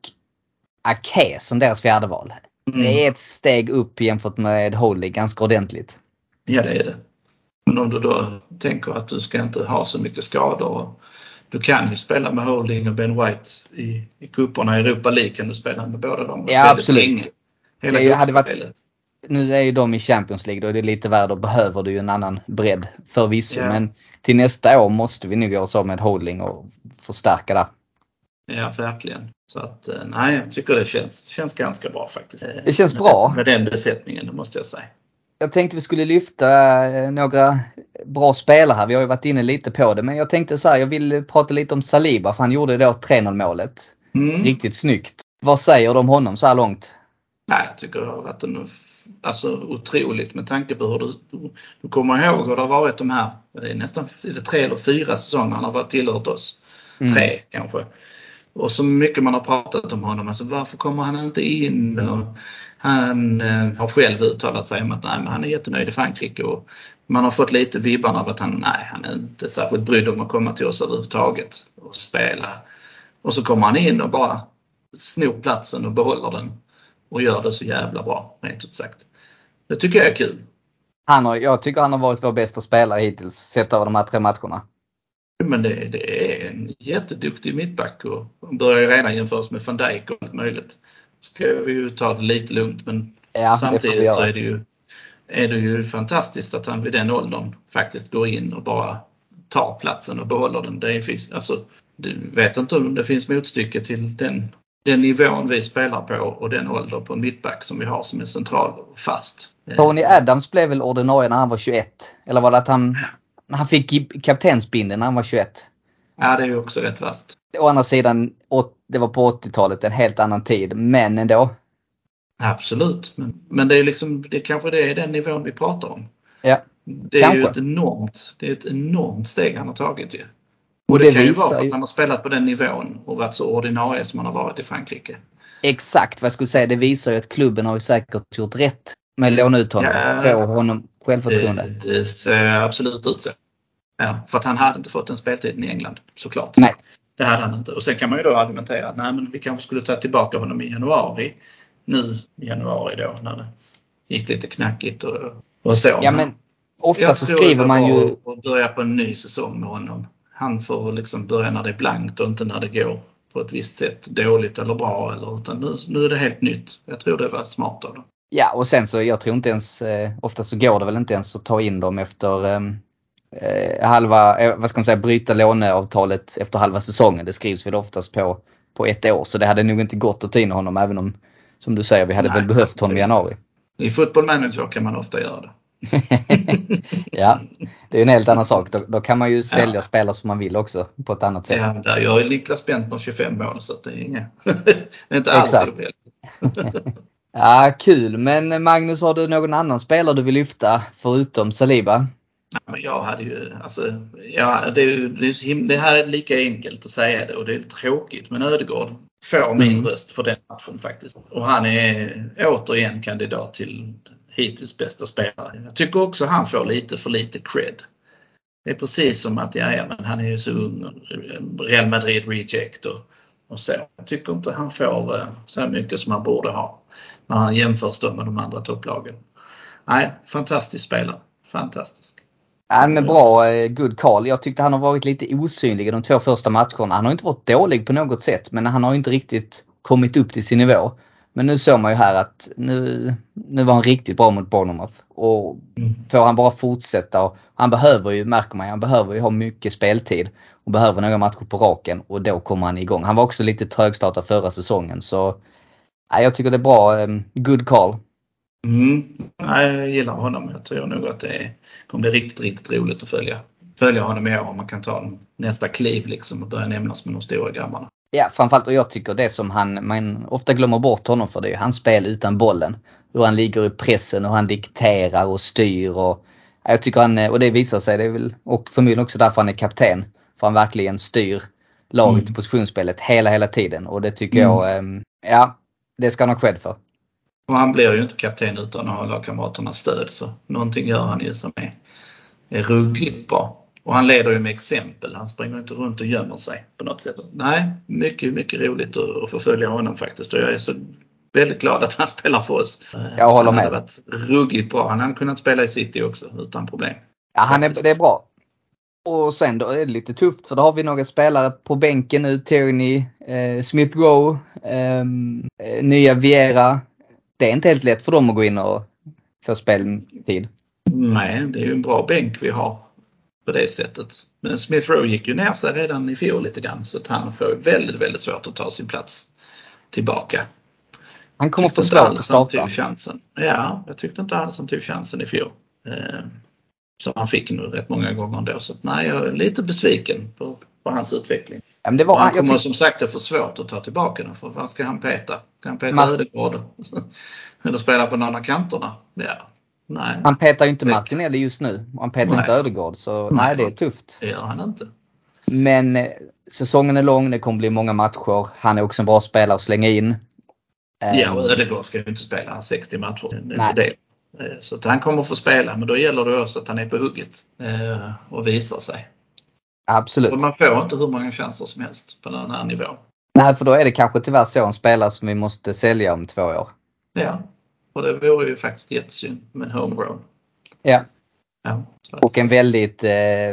Ake som deras fjärde val. Mm. Det är ett steg upp jämfört med Holding ganska ordentligt. Ja, det är det. Men om du då tänker att du ska inte ha så mycket skador. Du kan ju spela med Holding och Ben White i, i cuperna i Europa League. Kan du spela med båda dem? Ja, absolut. Länge. Hela det hade varit, nu är ju de i Champions League och det är lite värre. Då behöver du ju en annan bredd förvisso. Ja. Men till nästa år måste vi nu gå så med Holding och förstärka där. Ja, verkligen. Så att, nej, jag tycker det känns, känns ganska bra faktiskt. Det känns bra. Med den besättningen, det måste jag säga. Jag tänkte vi skulle lyfta några bra spelare här. Vi har ju varit inne lite på det. Men jag tänkte så här, jag vill prata lite om Saliba. För han gjorde då tre noll målet. Mm. Riktigt snyggt. Vad säger de om honom så här långt? Nej, jag tycker det har varit en, alltså, otroligt med tanke på hur du, du kommer ihåg hur det har varit de här. Det är nästan är det tre eller fyra säsonger han har varit tillhört oss. Mm. Tre kanske. Och så mycket man har pratat om honom. Alltså varför kommer han inte in? Och han eh, har själv uttalat sig om att nej, men han är jättenöjd i Frankrike. Och man har fått lite vibban av att han, nej, han är inte särskilt brydd om att komma till oss överhuvudtaget och spela. Och så kommer han in och bara snor platsen och behåller den. Och gör det så jävla bra, rent ut sagt. Det tycker jag är kul. Han har, jag tycker han har varit vår bästa spelare hittills, sett över de här tre matcherna. Men det, det är en jätteduktig mittback och börjar redan jämföras med Van Dijk och allt möjligt. Ska vi ju ta det lite lugnt, men ja, samtidigt så är det, ju, är det ju fantastiskt att han vid den åldern faktiskt går in och bara tar platsen och behåller den. Det är, alltså, du vet inte om det finns motstycke till den, den nivån vi spelar på och den ålder på en mittback som vi har som är central och fast. Tony Adams blev väl ordinarie när han var tjugoett? Eller var det att han... Han fick kaptensbindeln när han var tjugoett. Ja, det är ju också rätt vast. Å andra sidan, det var på åttiotalet, en helt annan tid. Men ändå. Absolut. Men, men det är liksom, det kanske det är den nivån vi pratar om. Ja, det är kanske. ju ett enormt, det är ett enormt steg han har tagit ju. Och, och det, det kan ju vara för att han har spelat på den nivån och varit så ordinarie som han har varit i Frankrike. Exakt, vad jag skulle säga. Det visar ju att klubben har ju säkert gjort rätt med låna ut honom. Ja, få honom självförtroende. Det, det ser absolut ut så. Ja, för att han hade inte fått den speltiden i England, såklart. Nej. Det hade han inte. Och sen kan man ju då argumentera att nej, men vi kanske skulle ta tillbaka honom i januari. Nu i januari då, när det gick lite knackigt och, och så. Ja, men ofta så skriver man ju... att börja på en ny säsong med honom. Han får liksom börja när det är blankt och inte när det går på ett visst sätt dåligt eller bra. Eller, utan nu, nu är det helt nytt. Jag tror det var smart av dem. Ja, och sen så jag tror inte ens, eh, ofta så går det väl inte ens att ta in dem efter eh, halva, eh, vad ska man säga, bryta låneavtalet efter halva säsongen. Det skrivs väl oftast på, på ett år, så det hade nog inte gått att ta in honom, även om, som du säger, vi hade Nej, väl behövt honom i januari. I Football Manager kan man ofta göra det. Ja, det är en helt annan sak. Då, då kan man ju sälja ja. spelare som man vill också på ett annat sätt. Ja, där gör ju Niklas Bentner tjugofem mål, så det är inga. Det är inte alls så fel. Ja, kul. Men Magnus, har du någon annan spelare du vill lyfta förutom Saliba? Ja, men jag hade ju, alltså, ja, det, är ju, det, är så himla, det här är lika enkelt att säga det och det är tråkigt, men Ödegaard får min mm. röst för den matchen faktiskt. Och han är återigen kandidat till hittills bästa spelare. Jag tycker också han får lite för lite cred. Det är precis som att ja, ja, men han är ju så ung, Real Madrid reject och, och så. Jag tycker inte han får så mycket som han borde ha när han jämförs med de andra topplagen. Nej, fantastisk spelare. Fantastisk. Ja, men bra, good call. Jag tyckte han har varit lite osynlig i de två första matcherna. Han har inte varit dålig på något sätt, men han har inte riktigt kommit upp till sin nivå. Men nu såg man ju här att nu, nu var han riktigt bra mot Bournemouth. Och mm. får han bara fortsätta. Och han behöver ju, märker man, han behöver ju ha mycket speltid. Och behöver några matcher på raken. Och då kommer han igång. Han var också lite trögstartad förra säsongen. Så ja, jag tycker det är bra. Good call. Mm. Jag gillar honom. Jag tror nog att det kommer bli riktigt, riktigt roligt att följa, följa honom i år. Om man kan ta nästa kliv liksom och börja nämnas med de stora grabbarna. Ja, framförallt, och jag tycker det som han, man ofta glömmer bort honom för, det är hans spel utan bollen. Hur han ligger i pressen och han dikterar och styr och Jag tycker han, och det visar sig, det är väl, och förmodligen också därför han är kapten. För han verkligen styr laget Mm. i positionsspelet hela, hela tiden. Och det tycker Mm. jag, ja, det ska han ha cred för. Och han blir ju inte kapten utan att ha lagkamraternas stöd. Så någonting gör han ju som är, är ruggigt bra. Och han leder ju med exempel. Han springer inte runt och gömmer sig på något sätt. Nej, mycket, mycket roligt att, att få följa honom faktiskt. Och jag är så väldigt glad att han spelar för oss. Jag håller han med. hade varit ruggigt bra. Han hade kunnat spela i City också utan problem. Ja, han är, det är bra. Och sen då är det lite tufft för då har vi några spelare på bänken nu. Tierney, eh, Smith Rowe, eh, nya Vieira. Det är inte helt lätt för dem att gå in och få speltid. Nej, det är ju en bra bänk vi har på det sättet. Men Smith Rowe gick ju ner sig redan i fjol lite grann. Så att han får väldigt, väldigt svårt att ta sin plats tillbaka. Han kommer få svårt att starta. Tog chansen. Ja, jag tyckte inte alls han tog chansen i fjol. Eh, som han fick nu rätt många gånger ändå. Så att, nej, jag är lite besviken på, på hans utveckling. Ja, men det var, och han kommer tyck- som sagt att få svårt att ta tillbaka den. För vad ska han peta? Kan han peta Man- Ödegård? Eller spela på någon av kanterna? Ja, nej. Han petar ju inte Martinelli just nu. Och han petar Nej. inte Ödegård. Så nej, Nej, det är tufft. Det gör han inte. Men eh, säsongen är lång. Det kommer bli många matcher. Han är också en bra spelare att slänga in. Ja, och Ödegård ska ju inte spela sextio matcher. Det är Nej. inte det. Så att han kommer få spela. Men då gäller det också att han är på hugget. Eh, och visar sig. Absolut. Och man får inte hur många chanser som helst på den här nivån. Nej, för då är det kanske tyvärr så en spelare som vi måste sälja om två år. Ja, och det vore ju faktiskt jättesynd med homegrown. Ja. Ja, så. Och en väldigt eh,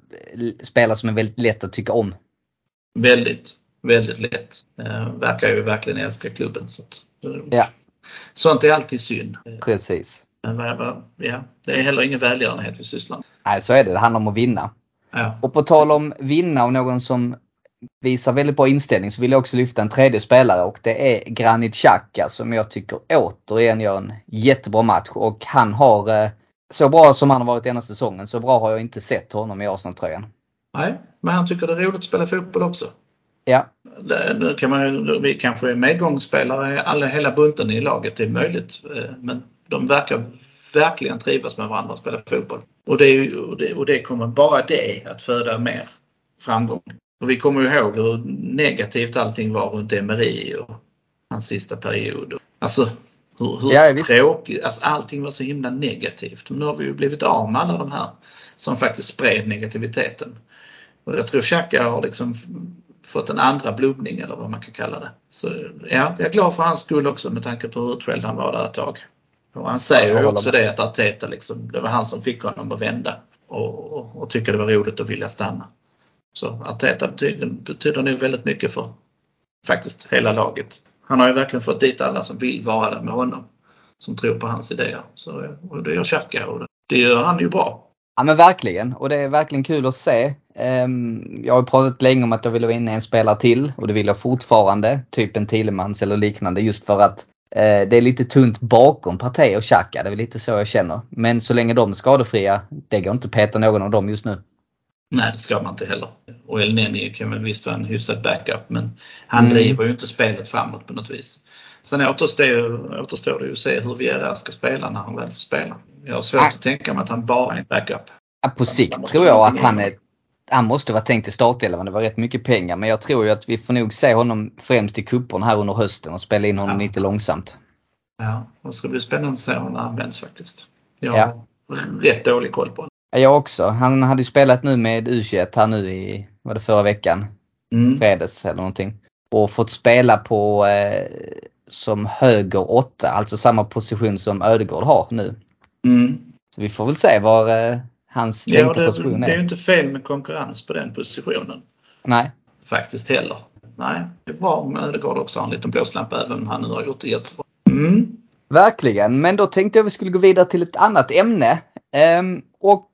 spelare som är väldigt lätt att tycka om. Väldigt, väldigt lätt. Eh, verkar ju verkligen älska klubben. Så att, Ja. Sånt är alltid synd. Precis. Men ja, det är heller ingen välgörenhet vi sysslar med. Nej, så är det. Det handlar om att vinna. Ja. Och på tal om vinna och någon som visar väldigt bra inställning så vill jag också lyfta en tredje spelare och det är Granit Xhaka som jag tycker återigen gör en jättebra match och han har eh, så bra som han har varit denna säsongen så bra har jag inte sett honom i Arsenal-tröjan. Nej, men han tycker det är roligt att spela fotboll också. Ja. Nu kan man, vi kanske är medgångsspelare alla, hela bunten i laget, det är möjligt. Men de verkar verkligen trivas med varandra och spela fotboll. Och det, och det, och det kommer bara det att föda mer framgång. Och vi kommer ju ihåg hur negativt allting var runt Emery och hans sista period. Alltså hur, hur ja, tråkigt, alltså allting var så himla negativt. Nu har vi ju blivit av med alla de här som faktiskt spred negativiteten. Och jag tror Xhaka har liksom fått en andra blubbning eller vad man kan kalla det. Så ja, jag är glad för hans skull också med tanke på hur utskälld han var där ett tag. Och han säger ju också det att Arteta liksom, det var han som fick honom att vända och, och, och tycker det var roligt att vilja stanna. Så Arteta betyder, betyder nu väldigt mycket för faktiskt hela laget. Han har ju verkligen fått dit alla som vill vara där med honom. Som tror på hans idéer. Så, och det gör Xhaka och det, det gör han ju bra. Ja men verkligen och det är verkligen kul att se. Jag har pratat länge om att jag ville vara inne en spelare till och det vill jag fortfarande. Typ en Tielemans eller liknande just för att det är lite tunt bakom Partey och Xhaka. Det är väl lite så jag känner. Men så länge de är skadefria, det går inte att peta någon av dem just nu. Nej, det ska man inte heller. Och El Neni kan väl visst vara en hyfsad backup. Men han Mm. driver ju inte spelet framåt på något vis. Sen återstår, återstår det ju att se hur Vieira ska spela när han väl får spela. Jag har svårt Nej. att tänka mig att han bara är en backup. Ja, på sikt tror jag att han är... Han måste vara tänkt i startelvan. Det var rätt mycket pengar. Men jag tror ju att vi får nog se honom främst i kupporna här under hösten och spela in honom Ja. lite långsamt. Ja, det ska bli spännande att se hur han används faktiskt. Jag har Ja. rätt dålig koll på honom. Jag också. Han hade ju spelat nu med U tjugoett här nu i, var det förra veckan? Mm. Fredags eller någonting. Och fått spela på eh, som höger åtta. Alltså samma position som Ödegård har nu. Mm. Så vi får väl se var eh, hans Ja, tänkta det, position är. det är ju inte fel med konkurrens på den positionen. Nej. Faktiskt heller. Nej, det är bra om Ödegård också har en liten blåslampa även om han nu har gjort det jättebra. Mm. Verkligen, men då tänkte jag vi skulle gå vidare till ett annat ämne. Ehm, och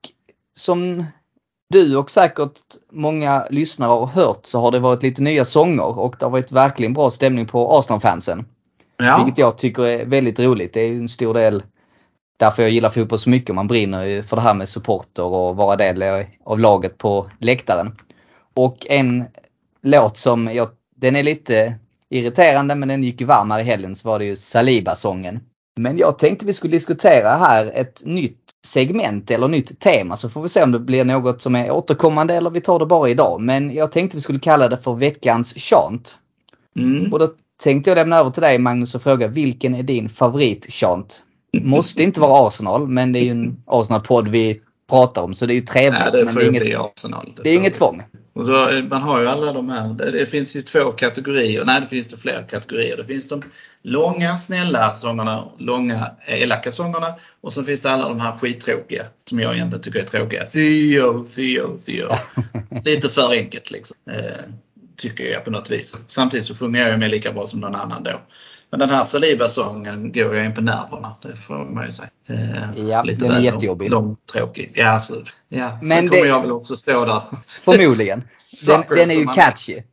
som du och säkert många lyssnare har hört så har det varit lite nya sånger och det har varit verkligen bra stämning på Arsenal-fansen. Ja. Vilket jag tycker är väldigt roligt. Det är en stor del därför jag gillar fotboll så mycket. Man brinner ju för det här med supporter och vara del av laget på läktaren. Och en låt som jag, den är lite irriterande men den gick ju varmare i helgen så var det ju Saliba-sången. Men jag tänkte vi skulle diskutera här ett nytt segment eller nytt tema, så får vi se om det blir något som är återkommande eller vi tar det bara idag. Men jag tänkte vi skulle kalla det för veckans chant. Mm. Och då tänkte jag lämna över till dig, Magnus, och fråga vilken är din favoritchant? Måste inte vara Arsenal, men det är ju en Arsenal-podd vi pratar om, så det är ju trevligt. Ja, det men får det är ju inget, bli Arsenal. Det, det är inget tvång. Och då, man har ju alla de här, det, det finns ju två kategorier, nej det finns det fler kategorier. Det finns de långa, snälla sångerna, långa, elaka sångerna, och så finns det alla de här skittråkiga, som jag egentligen tycker är tråkiga. Theo, Theo, Theo. Lite för enkelt liksom, eh, tycker jag på något vis. Samtidigt så sjunger jag ju med lika bra som någon annan då. Men den här Saliba-sången går jag in på nerverna, det får man ju säga. Eh, Ja, lite den är väl jättejobbig. Lång, tråkig. Ja, så, ja. Men Sen kommer det, jag väl också stå där. förmodligen. Den, den är ju catchy.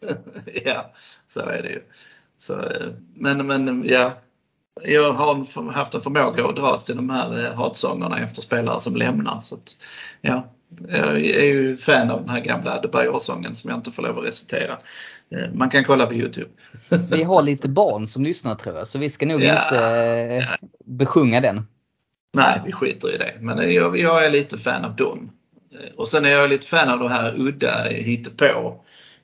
Ja, så är det ju. Så, men, men ja, jag har haft en förmåga att dras till de här hatsångerna efter spelare som lämnar. Så att, ja, jag är ju fan av den här gamla Adebayor-sången som jag inte får lov att recitera. Man kan kolla på YouTube. Vi har lite barn som lyssnar, tror jag, så vi ska nog ja, inte ja. besjunga den. Nej, vi skiter i det. Men jag, jag är lite fan av dem. Och sen är jag lite fan av det här udda hittepå.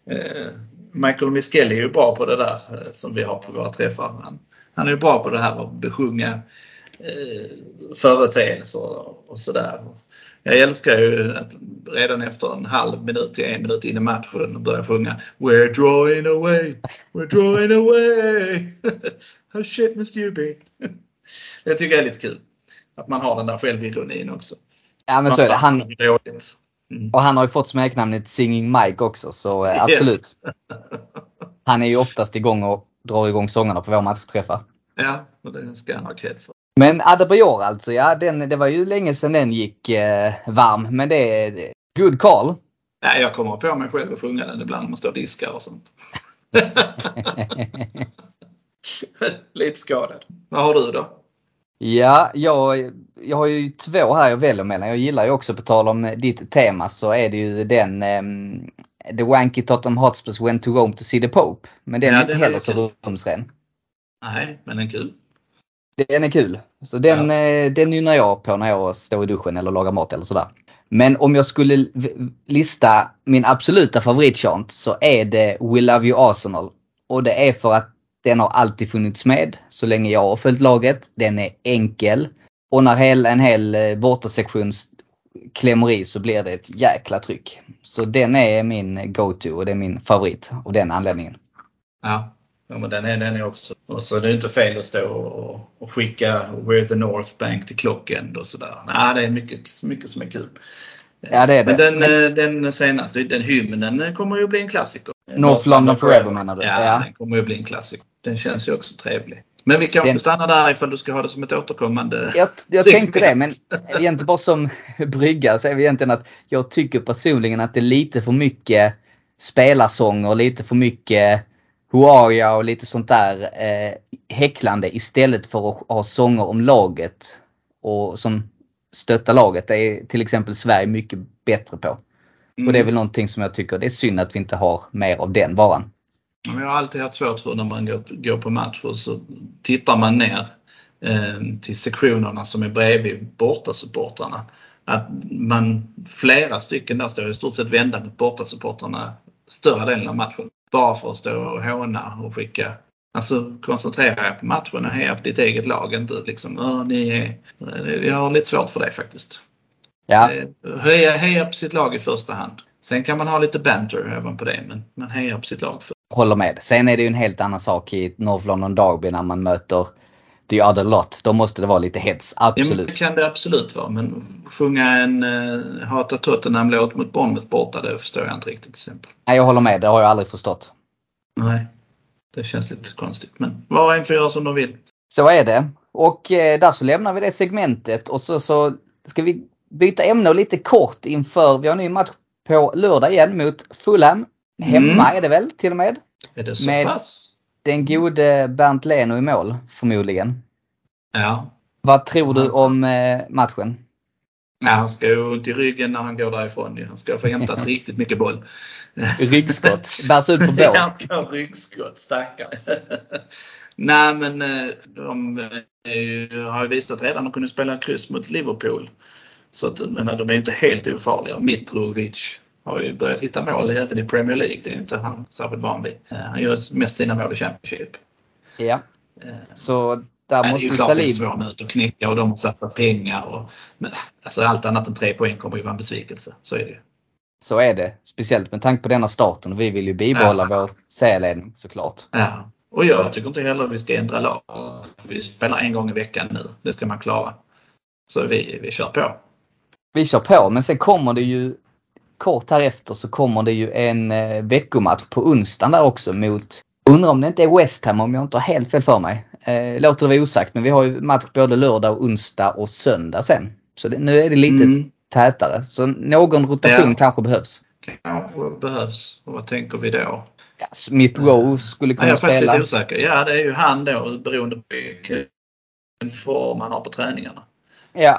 Michael Miskelly är ju bra på det där som vi har på våra träffar. Han, han är ju bra på det här att besjunga eh, företeelser och, och sådär. Jag älskar ju att redan efter en halv minut till en minut in i matchen börja sjunga We're drawing away, we're drawing away. How shit must you be? Det tycker jag är lite kul. Att man har den där självironin också. Ja, men så är det. Han, mm. Och han har ju fått smeknamnet Singing Mike också, så eh, absolut. Han är ju oftast igång och drar igång sångerna på vår matchträffar. Ja, och det ska han ha cred för. Men Adebayor alltså, ja, den, det var ju länge sedan den gick eh, varm. Men det är good call. Ja, jag kommer på mig själv att sjunga den ibland när man står och diskar och sånt. Lite skadad. Vad har du då? Ja, jag, jag har ju två här jag väljer mellan. Jag gillar ju också, på tal om ditt tema, så är det ju den um, The Wanky Tottenham Hotspurs Went to Rome to see the Pope. Men den ja, är inte den heller är så rumsren. Nej, men den är kul. Den är kul. Så den, ja. eh, den nynnar jag på när jag står i duschen eller lagar mat eller sådär. Men om jag skulle lista min absoluta favoritchant, så är det We Love You Arsenal. Och det är för att den har alltid funnits med så länge jag har följt laget. Den är enkel. Och när hel, en hel bortasektion klämmer i så blir det ett jäkla tryck. Så den är min go-to och det är min favorit av den anledningen. Ja, ja men den är, den är också. Och så är det inte fel att stå och, och skicka We're the North Bank till Clockend och sådär. Nej, det är mycket, mycket som är kul. Ja, det är det. Men den, men... den senaste, den hymnen kommer ju bli en klassiker. North, North London Forever, Forever menar du? Ja, ja, den kommer ju bli en klassiker. Den känns ju också trevlig. Men vi kanske den... ska stanna där ifall du ska ha det som ett återkommande... Jag, jag tänkte det, men egentligen bara som brygga så är vi egentligen att jag tycker personligen att det är lite för mycket spelarsånger, lite för mycket Who are you och lite sånt där eh, häcklande istället för att ha sånger om laget och som stöttar laget. Det är till exempel Sverige mycket bättre på. Mm. Och det är väl någonting som jag tycker det är synd att vi inte har mer av den varan. Jag har alltid haft svårt för när man går, går på match och så tittar man ner eh, till sektionerna som är bredvid bortasupportrarna. Att man, flera stycken där står i stort sett vända mot bortasupportrarna större delen av matchen. Bara för att stå och håna och skicka. Alltså koncentrera er på matchen och heja på ditt eget lag. Inte liksom, åh, ni är... Jag har lite svårt för det faktiskt. Ja. Heja, heja på sitt lag i första hand. Sen kan man ha lite banter även på det, men man hejar på sitt lag för. Håller med. Sen är det ju en helt annan sak i North London Derby när man möter the other lot. Då måste det vara lite hets, absolut. Ja, det kan det absolut vara, men sjunga en uh, Hata Tottenham-låt mot Bournemouth borta, det förstår jag inte riktigt exempel. Nej, jag håller med. Det har jag aldrig förstått. Nej, det känns lite konstigt, men var och en får göra som de vill. Så är det. Och eh, där så lämnar vi det segmentet och så, så ska vi byta ämne och lite kort inför, vi har en ny match på lördag igen mot Fulham. Hemma mm. är det väl till och med. Är det så med pass? Den gode Bernt Leno i mål förmodligen. Ja. Vad tror du om eh, matchen? Ja, han ska ju ont i ryggen när han går därifrån. Han ska få hämta riktigt mycket boll. Ryggskott. Bärs ut på båt. Han ska ha ryggskott, stackare. Nej, men de har ju visat redan att de kunde spela kryss mot Liverpool. Så att, men de är inte helt ofarliga. Mitrovic har ju börjat hitta mål även i Premier League. Det är inte han särskilt van vid. Han gör mest sina mål i Championship. Ja, så där Nej, måste det är ju klart Saliba... det är svårt möt att knäcka och de har satsat pengar. Och, men, alltså allt annat än tre poäng kommer ju vara en besvikelse. Så är det ju. Så är det. Speciellt med tanke på denna starten. Och vi vill ju bibehålla ja. vår serieledning såklart. Ja, och jag tycker inte heller att vi ska ändra lag. Vi spelar en gång i veckan nu. Det ska man klara. Så vi, vi kör på. Vi kör på, men sen kommer det ju kort här efter så kommer det ju en eh, veckomatch på onsdagen där också mot, undrar om det inte är West Ham om jag inte har helt fel för mig. Eh, låter det vara osagt, men vi har ju match både lördag och onsdag och söndag sen. Så det, nu är det lite mm. tätare. Så någon rotation ja. kanske behövs. Kanske behövs. Och vad tänker vi då? Ja, Smith Rowe skulle kunna ja, jag är spela. Jag är faktiskt lite osäker. Ja, det är ju han då beroende på vilken form han har på träningarna. Ja.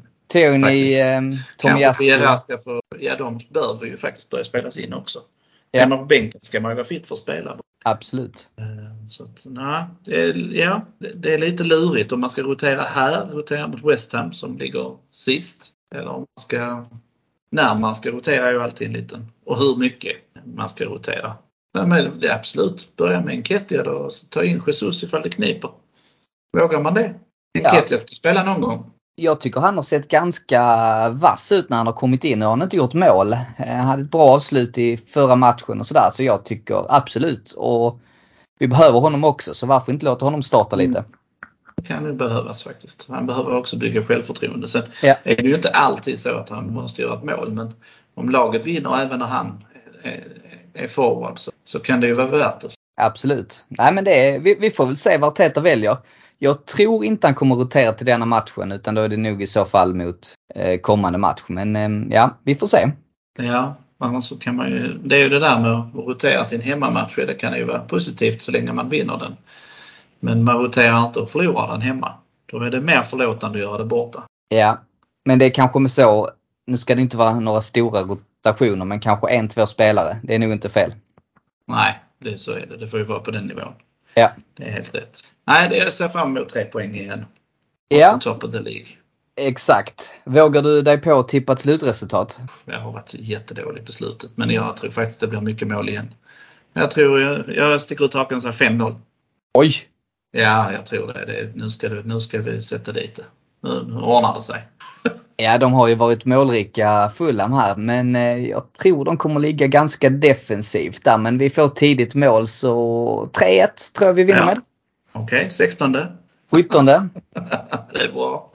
Tony, eh, Tomiyasu. Ja, de bör vi ju faktiskt börja spelas in också. Ja. Men på bänken ska man ju vara fit för att spela. Absolut. Så att, nej, det är, ja, det är lite lurigt om man ska rotera här, rotera mot West Ham som ligger sist. Eller om man ska, när man ska rotera är ju alltid en liten. Och hur mycket man ska rotera. Men det är absolut, börja med Nketiah då och ta in Jesus ifall det kniper. Vågar man det? Nketiah ja. ska spela någon gång. Jag tycker han har sett ganska vass ut när han har kommit in och han har inte gjort mål. Han hade ett bra avslut i förra matchen och sådär. Så jag tycker absolut. Och vi behöver honom också. Så varför inte låta honom starta lite? Mm. Det kan ju behövas faktiskt. Han behöver också bygga självförtroende. Sen ja. är det ju inte alltid så att han måste göra ett mål. Men om laget vinner även när han är, är forward så, så kan det ju vara värt det. Absolut. Nej men det är, vi, vi får väl se vad Teta väljer. Jag tror inte han kommer rotera till denna matchen utan då är det nog i så fall mot eh, kommande match. Men eh, ja, vi får se. Ja, annars så kan man ju, det är ju det där med att rotera till en hemmamatch. Det kan ju vara positivt så länge man vinner den. Men man roterar inte och förlorar den hemma. Då är det mer förlåtande att göra det borta. Ja, men det är kanske med så, nu ska det inte vara några stora rotationer men kanske en, två spelare. Det är nog inte fel. Nej, det, så är det. Det får ju vara på den nivån. Ja. Det är helt rätt. Nej, det är ser fram emot tre poäng igen. Ja. Top of the League. Exakt. Vågar du dig på att tippa ett slutresultat? Jag har varit jättedålig på slutet. Men jag tror faktiskt det blir mycket mål igen. Jag tror jag, jag sticker ut hakan så här fem noll. Oj! Ja, jag tror det. det nu, ska du, nu ska vi sätta dit det. Nu, nu ordnar det sig. Ja, de har ju varit målrika Fulham här. Men eh, jag tror de kommer ligga ganska defensivt där. Men vi får tidigt mål så tre ett tror jag vi vinner ja. med. Okej, okay, sextonde. sjuttonde. Det är bra.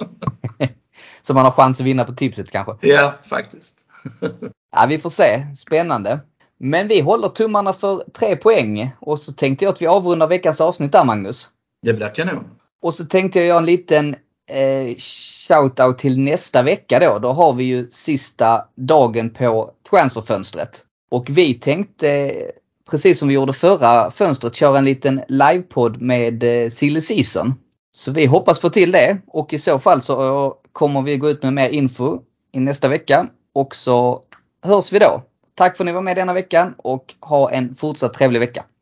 Så man har chans att vinna på tipset kanske. Ja, faktiskt. Ja, vi får se. Spännande. Men vi håller tummarna för tre poäng. Och så tänkte jag att vi avrundar veckans avsnitt där, Magnus. Det blir kanon. Och så tänkte jag göra en liten eh, shoutout till nästa vecka då. Då har vi ju sista dagen på transferfönstret. Och vi tänkte, precis som vi gjorde förra fönstret, köra en liten livepodd med eh, Silly Season. Så vi hoppas få till det. Och i så fall så kommer vi gå ut med mer info i nästa vecka. Och så hörs vi då. Tack för att ni var med denna veckan och ha en fortsatt trevlig vecka.